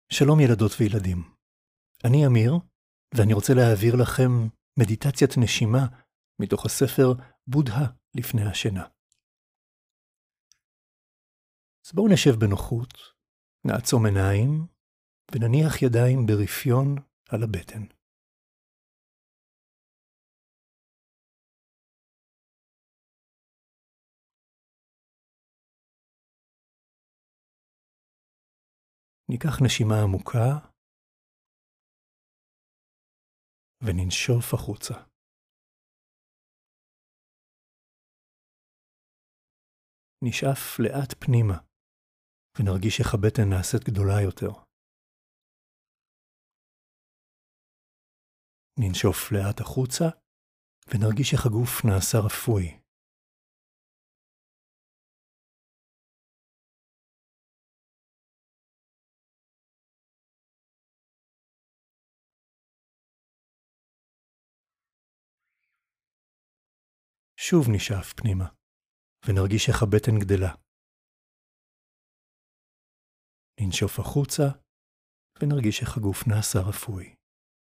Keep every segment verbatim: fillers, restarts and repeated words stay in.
שלום ילדות וילדים, אני אמיר, ואני רוצה להעביר לכם מדיטציית נשימה מתוך הספר בודהה לפני השינה. אז בואו נשב בנוחות, נעצום עיניים, ונניח ידיים ברפיון על הבטן. ניקח נשימה עמוקה, וננשוף החוצה. נשאף לאט פנימה, ונרגיש איך הבטן נעשית גדולה יותר. ננשוף לאט החוצה, ונרגיש איך הגוף נעשה רפוי. שוב נשאף פנימה, ונרגיש איך הבטן גדלה. ננשוף החוצה, ונרגיש איך הגוף נעשה רפוי.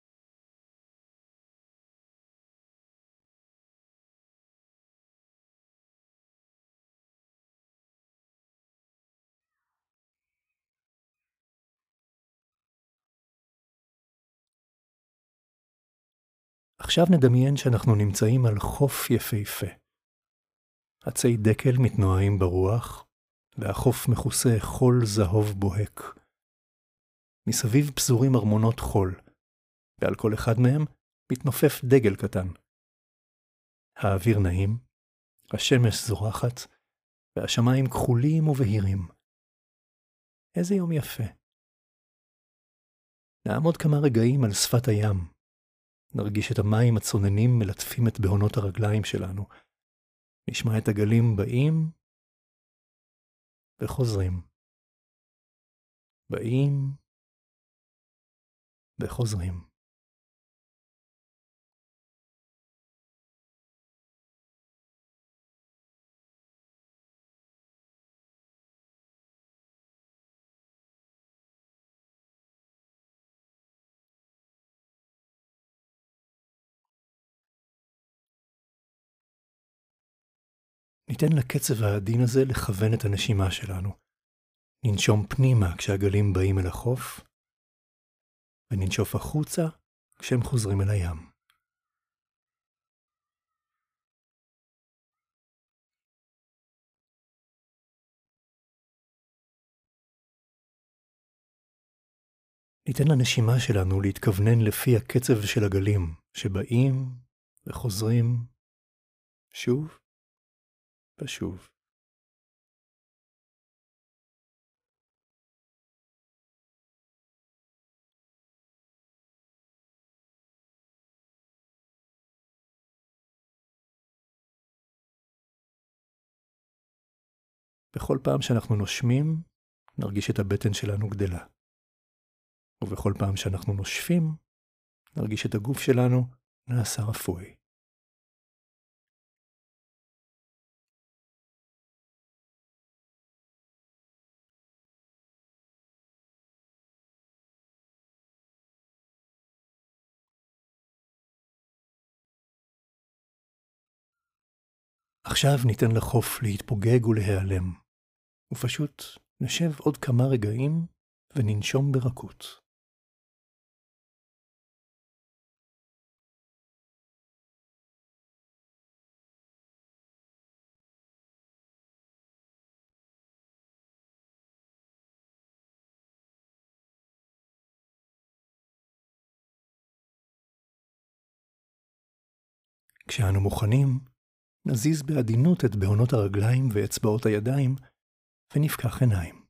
עכשיו נדמיין שאנחנו נמצאים על חוף יפהפה. עצי דקל מתנועים ברוח, והחוף מכוסה חול זהוב בוהק. מסביב פזורים ארמונות חול, ועל כל אחד מהם מתנופף דגל קטן. האוויר נעים, השמש זורחת, והשמיים כחולים ובהירים. איזה יום יפה. נעמוד כמה רגעים על שפת הים. נרגיש את המים הצוננים מלטפים את בהונות הרגליים שלנו. נשמע את הגלים באים וחוזרים. באים וחוזרים. ניתן לקצב העדין הזה לכוון את הנשימה שלנו. ננשום פנימה כשהגלים באים אל החוף, וננשוף החוצה כשהם חוזרים אל הים. ניתן לנשימה שלנו להתכוונן לפי הקצב של הגלים, שבאים וחוזרים שוב ושוב. בכל פעם שאנחנו נושמים, נרגיש את הבטן שלנו גדלה. ובכל פעם שאנחנו נושפים, נרגיש את הגוף שלנו נעשה רפוי. עכשיו ניתן לחוף להתפוגג ולהיעלם, ופשוט נשב עוד כמה רגעים וננשום ברכות. כשאנו מוכנים, נזיז בעדינות את בהונות הרגליים ואצבעות הידיים, ונפקח עיניים.